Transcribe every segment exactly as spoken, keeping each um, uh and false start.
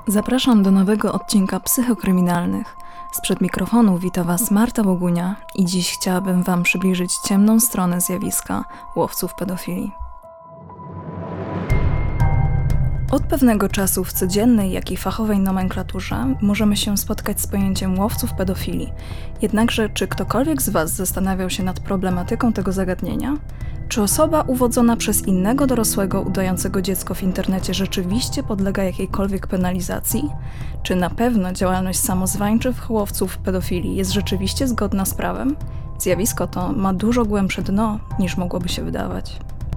Zapraszam do nowego odcinka Psychokryminalnych. Sprzed mikrofonu wita Was Marta Bogunia i dziś chciałabym Wam przybliżyć ciemną stronę zjawiska łowców pedofilii. Od pewnego czasu w codziennej, jak i fachowej nomenklaturze możemy się spotkać z pojęciem łowców pedofilii. Jednakże, czy ktokolwiek z Was zastanawiał się nad problematyką tego zagadnienia? Czy osoba uwodzona przez innego dorosłego udającego dziecko w internecie rzeczywiście podlega jakiejkolwiek penalizacji? Czy na pewno działalność samozwańczych łowców pedofilii jest rzeczywiście zgodna z prawem? Zjawisko to ma dużo głębsze dno, niż mogłoby się wydawać.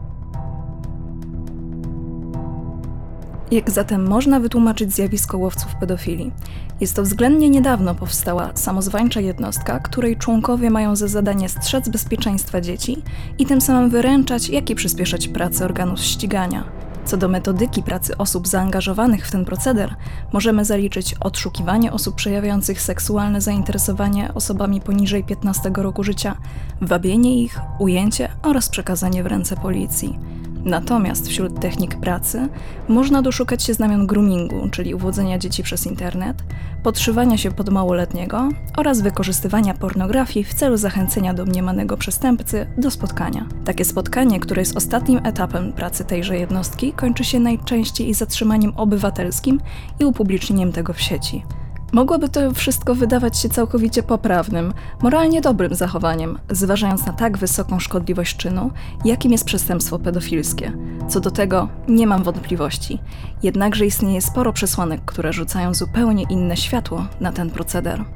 Jak zatem można wytłumaczyć zjawisko łowców pedofilii? Jest to względnie niedawno powstała samozwańcza jednostka, której członkowie mają za zadanie strzec bezpieczeństwa dzieci i tym samym wyręczać, jak i przyspieszać pracę organów ścigania. Co do metodyki pracy osób zaangażowanych w ten proceder, możemy zaliczyć odszukiwanie osób przejawiających seksualne zainteresowanie osobami poniżej piętnastego roku życia, wabienie ich, ujęcie oraz przekazanie w ręce policji. Natomiast wśród technik pracy można doszukać się znamion groomingu, czyli uwodzenia dzieci przez internet, podszywania się pod małoletniego oraz wykorzystywania pornografii w celu zachęcenia domniemanego przestępcy do spotkania. Takie spotkanie, które jest ostatnim etapem pracy tejże jednostki, kończy się najczęściej zatrzymaniem obywatelskim i upublicznieniem tego w sieci. Mogłoby to wszystko wydawać się całkowicie poprawnym, moralnie dobrym zachowaniem, zważając na tak wysoką szkodliwość czynu, jakim jest przestępstwo pedofilskie. Co do tego nie mam wątpliwości, jednakże istnieje sporo przesłanek, które rzucają zupełnie inne światło na ten proceder.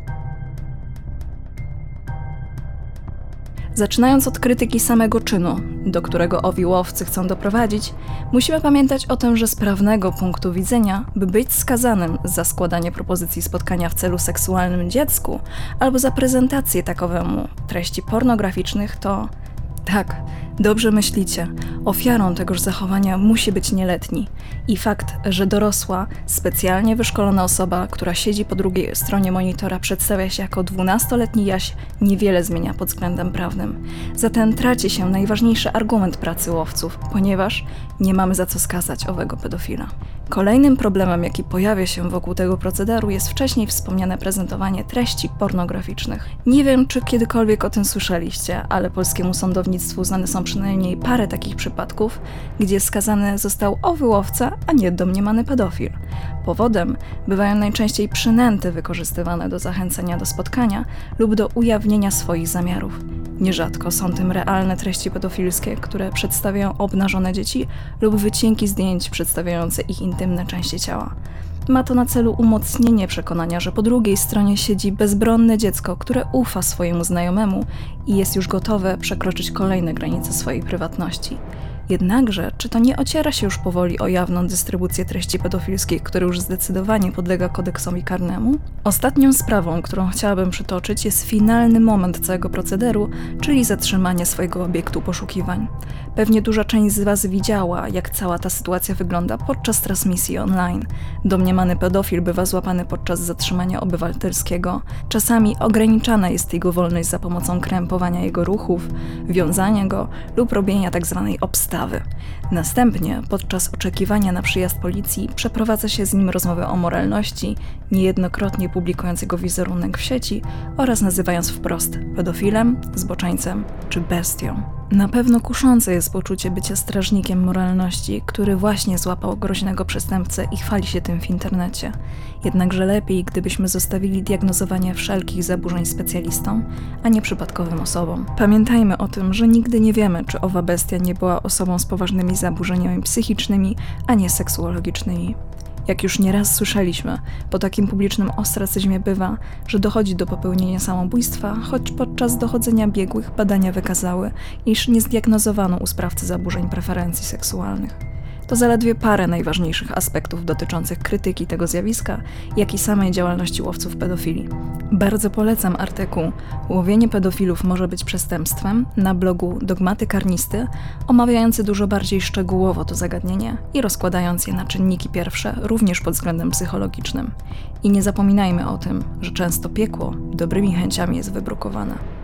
Zaczynając od krytyki samego czynu, do którego owi łowcy chcą doprowadzić, musimy pamiętać o tym, że z prawnego punktu widzenia, by być skazanym za składanie propozycji spotkania w celu seksualnym dziecku albo za prezentację takowemu treści pornograficznych, to tak, dobrze myślicie, ofiarą tegoż zachowania musi być nieletni. I fakt, że dorosła, specjalnie wyszkolona osoba, która siedzi po drugiej stronie monitora, przedstawia się jako dwunastoletni Jaś, niewiele zmienia pod względem prawnym. Zatem traci się najważniejszy argument pracy łowców, ponieważ nie mamy za co skazać owego pedofila. Kolejnym problemem, jaki pojawia się wokół tego procederu, jest wcześniej wspomniane prezentowanie treści pornograficznych. Nie wiem, czy kiedykolwiek o tym słyszeliście, ale polskiemu sądownictwu znane są przynajmniej parę takich przypadków, gdzie skazany został owy łowca, a nie domniemany pedofil. Powodem bywają najczęściej przynęty wykorzystywane do zachęcenia do spotkania lub do ujawnienia swoich zamiarów. Nierzadko są tym realne treści pedofilskie, które przedstawiają obnażone dzieci lub wycinki zdjęć przedstawiające ich intymne części ciała. Ma to na celu umocnienie przekonania, że po drugiej stronie siedzi bezbronne dziecko, które ufa swojemu znajomemu i jest już gotowe przekroczyć kolejne granice swojej prywatności. Jednakże, czy to nie ociera się już powoli o jawną dystrybucję treści pedofilskich, który już zdecydowanie podlega kodeksowi karnemu? Ostatnią sprawą, którą chciałabym przytoczyć, jest finalny moment całego procederu, czyli zatrzymanie swojego obiektu poszukiwań. Pewnie duża część z Was widziała, jak cała ta sytuacja wygląda podczas transmisji online. Domniemany pedofil bywa złapany podczas zatrzymania obywatelskiego. Czasami ograniczana jest jego wolność za pomocą krępowania jego ruchów, wiązania go lub robienia tzw. obstawy. Następnie, podczas oczekiwania na przyjazd policji, przeprowadza się z nim rozmowę o moralności, niejednokrotnie publikując jego wizerunek w sieci oraz nazywając wprost pedofilem, zboczeńcem czy bestią. Na pewno kuszące jest poczucie bycia strażnikiem moralności, który właśnie złapał groźnego przestępcę i chwali się tym w internecie. Jednakże lepiej, gdybyśmy zostawili diagnozowanie wszelkich zaburzeń specjalistom, a nie przypadkowym osobom. Pamiętajmy o tym, że nigdy nie wiemy, czy owa bestia nie była osobą z poważnymi zaburzeniami psychicznymi, a nie seksuologicznymi. Jak już nieraz słyszeliśmy, po takim publicznym ostracyzmie bywa, że dochodzi do popełnienia samobójstwa, choć podczas dochodzenia biegłych badania wykazały, iż nie zdiagnozowano u sprawcy zaburzeń preferencji seksualnych. To zaledwie parę najważniejszych aspektów dotyczących krytyki tego zjawiska, jak i samej działalności łowców pedofilii. Bardzo polecam artykuł „Łowienie pedofilów może być przestępstwem” na blogu Dogmaty Karnisty, omawiający dużo bardziej szczegółowo to zagadnienie i rozkładając je na czynniki pierwsze, również pod względem psychologicznym. I nie zapominajmy o tym, że często piekło dobrymi chęciami jest wybrukowane.